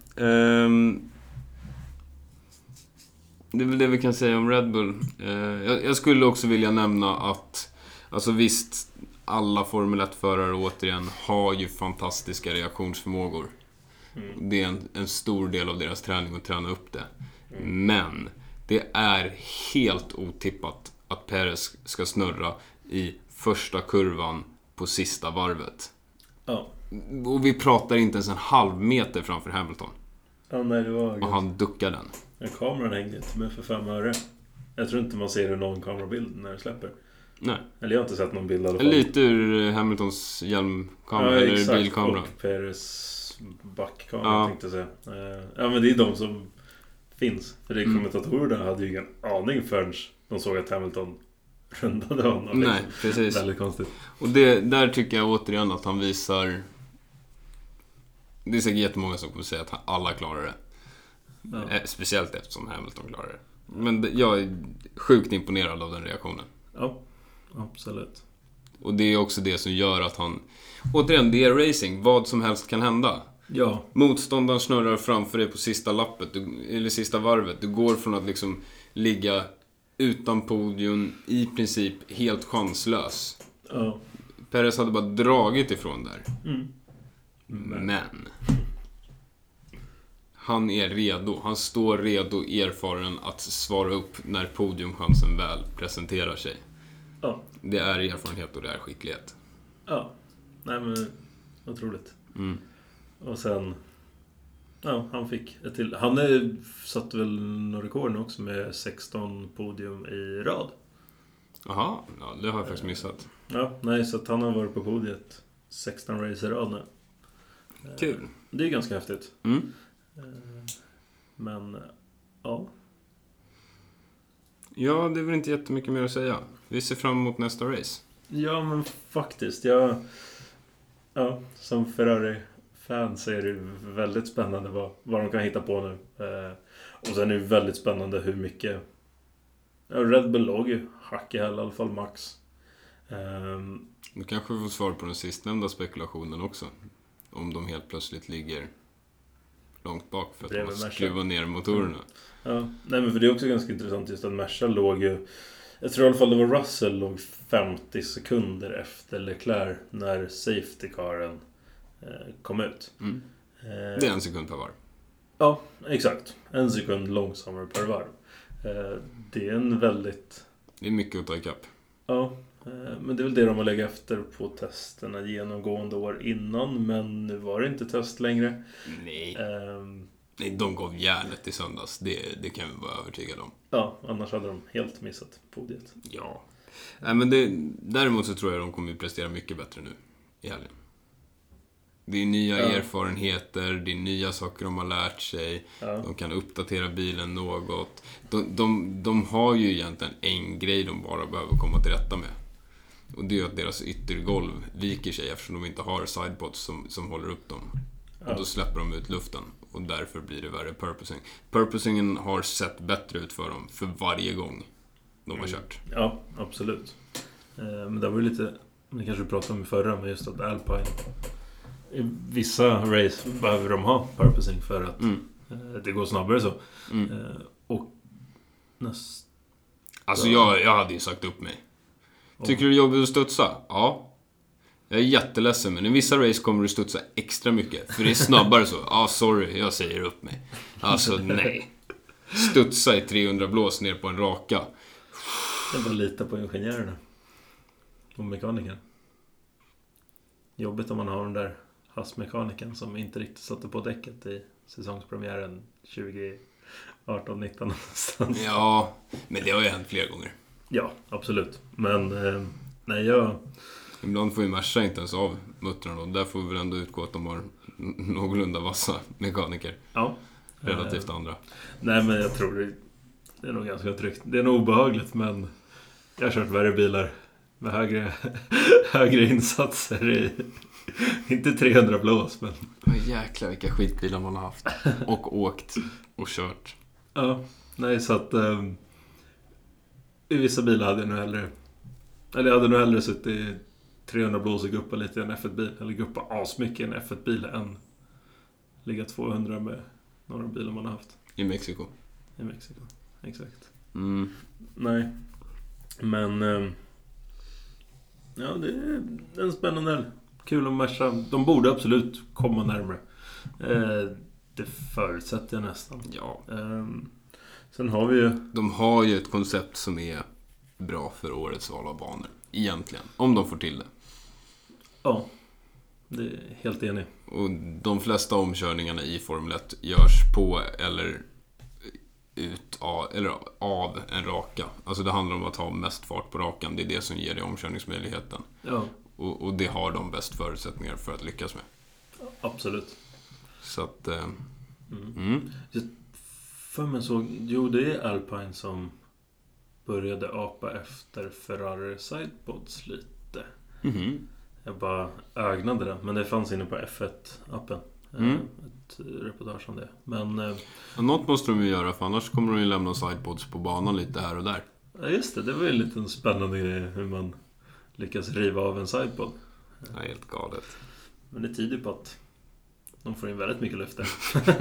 Det är väl det vi kan säga om Red Bull. Jag skulle också vilja nämna att, alltså visst, alla Formel 1-förare återigen har ju fantastiska reaktionsförmågor. Det är en stor del av deras träning att träna upp det. Men det är helt otippat att Perez ska snurra i första kurvan på sista varvet. Ja. Och vi pratar inte ens en halv meter framför Hamilton. Ja, nej, det var... Och han duckar den. Ja, kameran hängde inte med för 5 öre. Jag tror inte man ser någon kamerabild när det släpper. Nej. Eller jag har inte sett någon bild i alla fall. Lite ur Hamiltons hjälmkamera eller exakt. bilkamera. Och Perez backkamera tänkte jag säga. Ja, men det är de som finns. För det kommentatorerna hade ju ingen aning förrän de såg att Hamilton rundade honom. Nej, precis. Väldigt konstigt. Och där tycker jag återigen att han visar... Det är säkert jättemånga som kommer säga att alla klarar det. Ja. Speciellt eftersom Hamilton klarar det. Men jag är sjukt imponerad av den reaktionen. Ja, absolut. Och det är också det som gör att han... Återigen, det är racing. Vad som helst kan hända. Ja. Motståndaren snurrar framför dig på sista lappet. Eller sista varvet. Du går från att liksom ligga utan podium, i princip helt chanslös. Ja. Perez hade bara dragit ifrån där. Men han är redo. Han står redo, erfaren att svara upp när podiumchansen väl presenterar sig. Ja. Det är erfarenhet och det är skicklighet. Ja. Nej, men otroligt. Och sen... Ja, han fick ett till. Han satt väl några rekord nu också med 16 podium i rad. Jaha, ja, det har jag faktiskt missat. Ja, nej, så att han har varit på podiet 16 race i rad nu. Kul. Det är ganska häftigt. Men, ja. Ja, det är väl inte jättemycket mer att säga. Vi ser fram emot nästa race. Ja, men faktiskt. Ja, som Ferrari-fan så är det väldigt spännande vad de kan hitta på nu. Och sen är det väldigt spännande hur mycket... Ja, Red Bull låg ju hack i häl, i alla fall Max. Nu kanske vi får svar på den sistnämnda spekulationen också. Om de helt plötsligt ligger långt bak för att de måste skruva ner motorerna. Ja, nej, men för det är också ganska intressant just att Merca låg ju... Jag tror i alla fall det var Russell låg 50 sekunder efter Leclerc när safety-caren kom ut. Det är 1 sekund per varv. Ja, exakt. 1 sekund långsammare per varv. Det är en väldigt... Det är mycket att ta ikapp. Ja, men det är väl det de har legat efter på testerna genomgående år innan. Men nu var det inte test längre. Nej. Nej, de gav järnet i söndags. Det kan vi vara övertygade om. Ja, annars hade de helt missat podiet. Ja. Nej, men däremot så tror jag de kommer att prestera mycket bättre nu i helgen. Det är nya erfarenheter, det är nya saker de har lärt sig. De kan uppdatera bilen något. De har ju egentligen en grej de bara behöver komma till rätta med. Och det är att deras yttergolv viker sig eftersom de inte har sidepods som håller upp dem. Och då släpper de ut luften. Och därför blir det värre purposing. Purposingen har sett bättre ut för dem för varje gång de har kört. Ja, absolut. Men det var ju lite... Det kanske vi pratade om i förra, men just att Alpine... I vissa race behöver de ha purposing för att det går snabbare så. Och Alltså jag hade ju sagt upp mig. Tycker du det är jobbigt att studsa? Ja. Jag är jätteledsen, men i vissa race kommer du studsa extra mycket. För det är snabbare så. Ja, sorry, jag säger upp mig. Alltså, nej. Studsa i 300 blås ner på en raka. Jag bara lita på ingenjörerna. Och mekanikern. Jobbigt om man har den där hassmekanikern som inte riktigt satte på däcket i säsongspremiären 2018-19 någonstans. Ja, men det har ju hänt flera gånger. Ja, absolut. Men nej, ibland får ju Merca inte ens av muttrarna och där får vi väl ändå utgå att de har någorlunda vassa mekaniker. Ja. Relativt andra. Nej, men jag tror det är nog ganska tryggt. Det är nog obehagligt, men jag har kört värre bilar med högre insatser i inte 300 blås, men... Jäklar vilka skitbilar man har haft. Och åkt och kört. Ja, nej, så att i vissa bilar hade jag nog hellre... Eller jag hade nog hellre suttit i 300 blås och guppa lite i en F1-bil. Eller guppa asmycket i en F1-bil än ligga 200 med några bilar man har haft. I Mexiko. I Mexiko, exakt. Mm. Nej, men... Ja, det är en spännande, kul att matcha. De borde absolut komma närmare. Det förutsätter jag nästan. Ja. Sen har vi ju... De har ju ett koncept som är bra för årets val av banor. Egentligen. Om de får till det. Ja, det är helt enig. Och de flesta omkörningarna i Formel 1 görs på eller av en raka. Alltså det handlar om att ha mest fart på rakan. Det är det som ger dig omkörningsmöjligheten. Ja. Och det har de bäst förutsättningar för att lyckas med. Absolut. Så att... För mig så... Jo, det är Alpine som började apa efter Ferrari sidepods lite. Jag bara ögnade det. Men det fanns inne på F1-appen. Ett reportage om det. Men... något måste de ju göra, för annars kommer de ju lämna sidepods på banan lite här och där. Ja, just det. Det var ju en liten spännande grej hur man lyckas riva av en sidepod. Det är helt galet. Men det tyder på att de får in väldigt mycket luft där.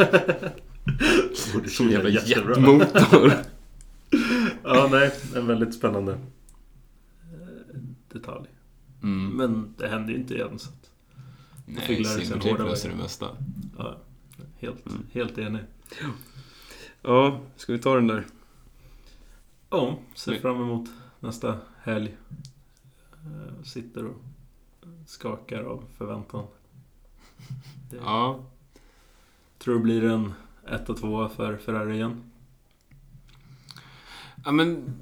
Som en jävla jetmotor. Ja, nej. En väldigt spännande detalj. Men det händer ju inte igen, så att... Nej, Silvertape löser det mesta. Ja, helt enig. Ja, ska vi ta den där? Ja, ser fram emot nästa helg. Sitter och skakar av förväntan. Ja. Tror det blir en 1-2 för Ferrari igen? Ja, men...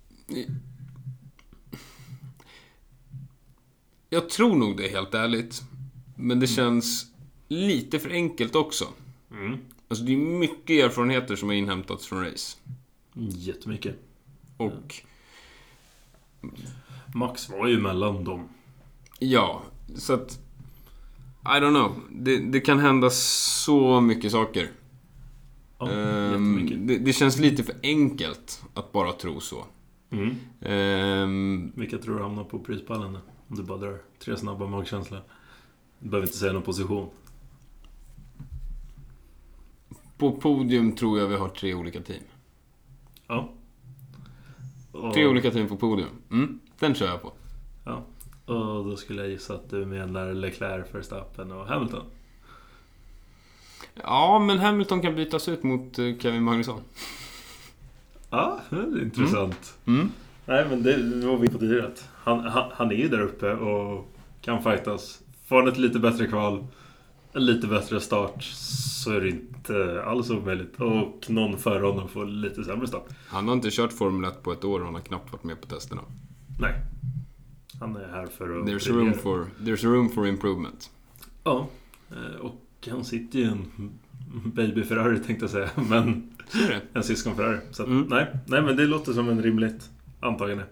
Jag tror nog det, helt ärligt. Men det känns lite för enkelt också. Alltså det är mycket erfarenheter som har inhämtats från race. Jättemycket. Och... Max var ju mellan dem. Ja, så att... I don't know. Det kan hända så mycket saker. Ja, jättemycket. Det känns lite för enkelt att bara tro så. Vilka tror du hamnar på prispallen? Om du bara drar 3 snabba magkänslor. Du behöver inte säga någon position. På podium tror jag vi har 3 olika team. Ja. 3 olika team på podium. Den kör jag på. Ja. Och då skulle jag gissa att du menar Leclerc, Verstappen och Hamilton. Ja, men Hamilton kan bytas ut mot Kevin Magnusson. Ja, det är intressant. Nej, men det var vi på dyret. Han är ju där uppe och kan fightas. Får han ett lite bättre kval, en lite bättre start, så är det inte alls omöjligt. Och någon före honom får lite sämre start. Han har inte kört Formel 1 på ett år och han har knappt varit med på testerna. Nej. Han är här för att... There's room for improvement. Ja, och han sitter ju i en baby Ferrari, tänkte jag säga. Men en syskon Ferrari. Så att, nej, men det låter som en rimligt antagande.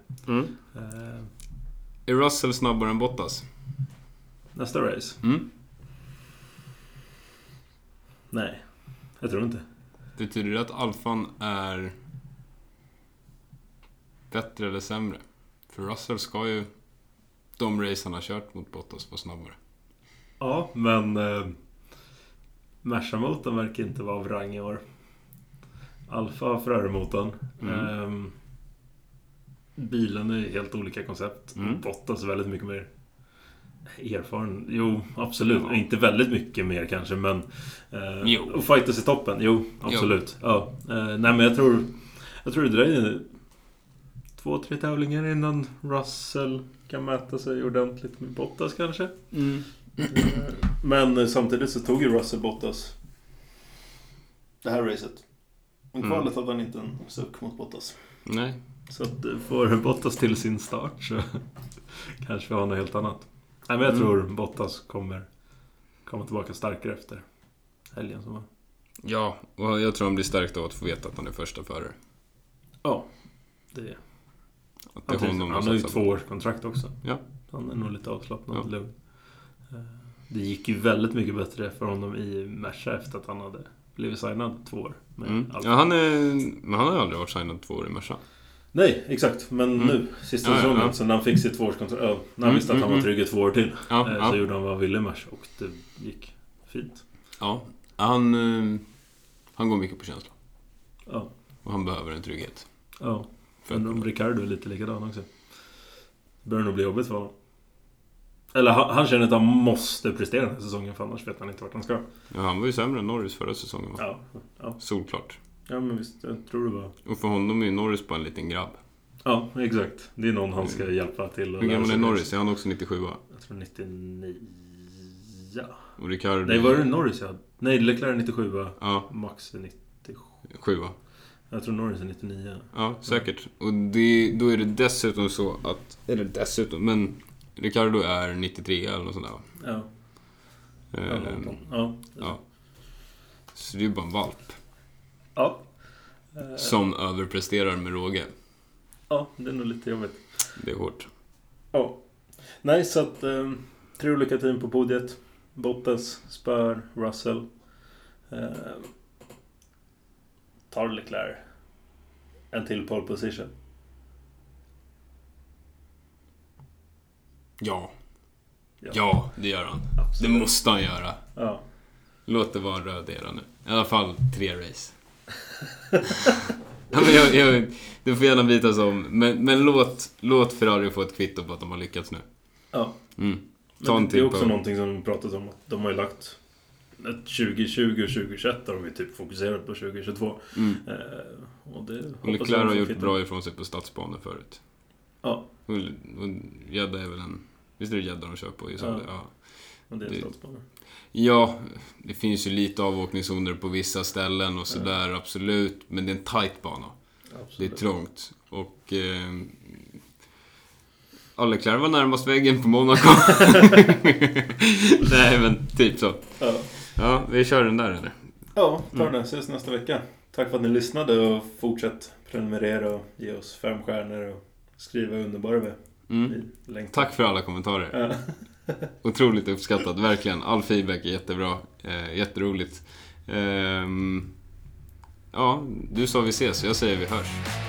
Är Russell snabbare än Bottas? Nästa race? Nej, jag tror inte. Betyder det att Alfan är bättre eller sämre? För Russell ska ju de race han har kört mot Bottas vara snabbare. Ja, men Merca-motorn verkar inte vara av rang i år. Alfa har Ferrari-motorn. Bilen är helt olika koncept. Bottas är väldigt mycket mer erfaren. Jo, absolut. Ja. Inte väldigt mycket mer kanske, men och fightas i toppen. Jo, absolut. Ja. Nej, men jag tror det dröjer 2-3 tävlingar innan Russell kan mäta sig ordentligt med Bottas kanske. Men samtidigt så tog ju Russell Bottas det här racet. Men kvalet hade han inte en suck mot Bottas. Nej. Så att får Bottas till sin start så kanske vi har något helt annat. Nej, men jag tror Bottas kommer tillbaka starkare efter helgen som var. Ja, och jag tror han blir stärkt av att få veta att han är första förare. Ja, det är han har ju 2 års kontrakt också. Ja. Han är nog lite avslappnad. Ja. Det gick ju väldigt mycket bättre för honom i Merca efter att han hade blivit signad 2 år. Ja, han har aldrig varit signad 2 år i Merca. Nej, exakt. Men nu, sista säsongen, så när han fick sitt 2-årskontrakt, när han visste att han var trygg i 2 år till, så gjorde han vad han ville i Merca och det gick fint. Ja, han går mycket på känsla. Ja. Och han behöver en trygghet. Ja. Men om Ricardo är lite likadan också. Det börjar nog bli jobbigt för honom. Eller han känner att han måste prestera den här säsongen, för annars vet han inte vart han ska. Ja, han var ju sämre än Norris förra säsongen, va? Ja. Solklart. Ja, men visst, jag tror det var. Och för honom är ju Norris bara en liten grabb. Ja, exakt. Det är någon han ska hjälpa till. Hur gammal är Norris? Är han också 97? Jag tror 99. Ja. Och Ricardo... Nej, var det Norris jag hade? Nej, Leclerc är 97. Ja. Max är 7. Jag tror Norris är 99. Ja, säkert. Och då är det dessutom så att... Eller dessutom, men Ricardo är 93 eller något sånt där. Ja. Ja. Så det är ju bara en valp. Ja. Som överpresterar med råge. Ja, det är nog lite jobbigt. Det är hårt. Ja. Nej, så att 3 olika team på podiet. Bottas, Spör, Russell. Tar Leclerc en till pole position. Ja, det gör han. Absolut. Det måste han göra. Ja. Låt det vara röd era nu. I alla fall 3 race. Ja, men det får gärna bitas om. Men låt Ferrari få ett kvitto på att de har lyckats nu. Ja. Men det är också någonting som de pratat om. Att de har ju lagt 2020 och 2021 har de ju typ fokuserat på 2022. Och Leclerc har gjort bra ifrån sig på stadsbanor förut. Ja. Och Jeddah är väl en... Visst är det Jeddah de kör på? Ja. Och det är stadsbanor. Ja, det finns ju lite avåkningszoner på vissa ställen och sådär, absolut. Men det är en tight bana. Absolut. Det är trångt. Och Leclerc var närmast väggen på Monaco. Nej, men typ så. Ja, vi kör den där, eller? Ja, tar den. Ses nästa vecka. Tack för att ni lyssnade och fortsätt prenumerera och ge oss 5 stjärnor och skriva underbara Tack för alla kommentarer. Otroligt uppskattat, verkligen. All feedback är jättebra. Jätteroligt. Ja, du sa vi ses, jag säger vi hörs.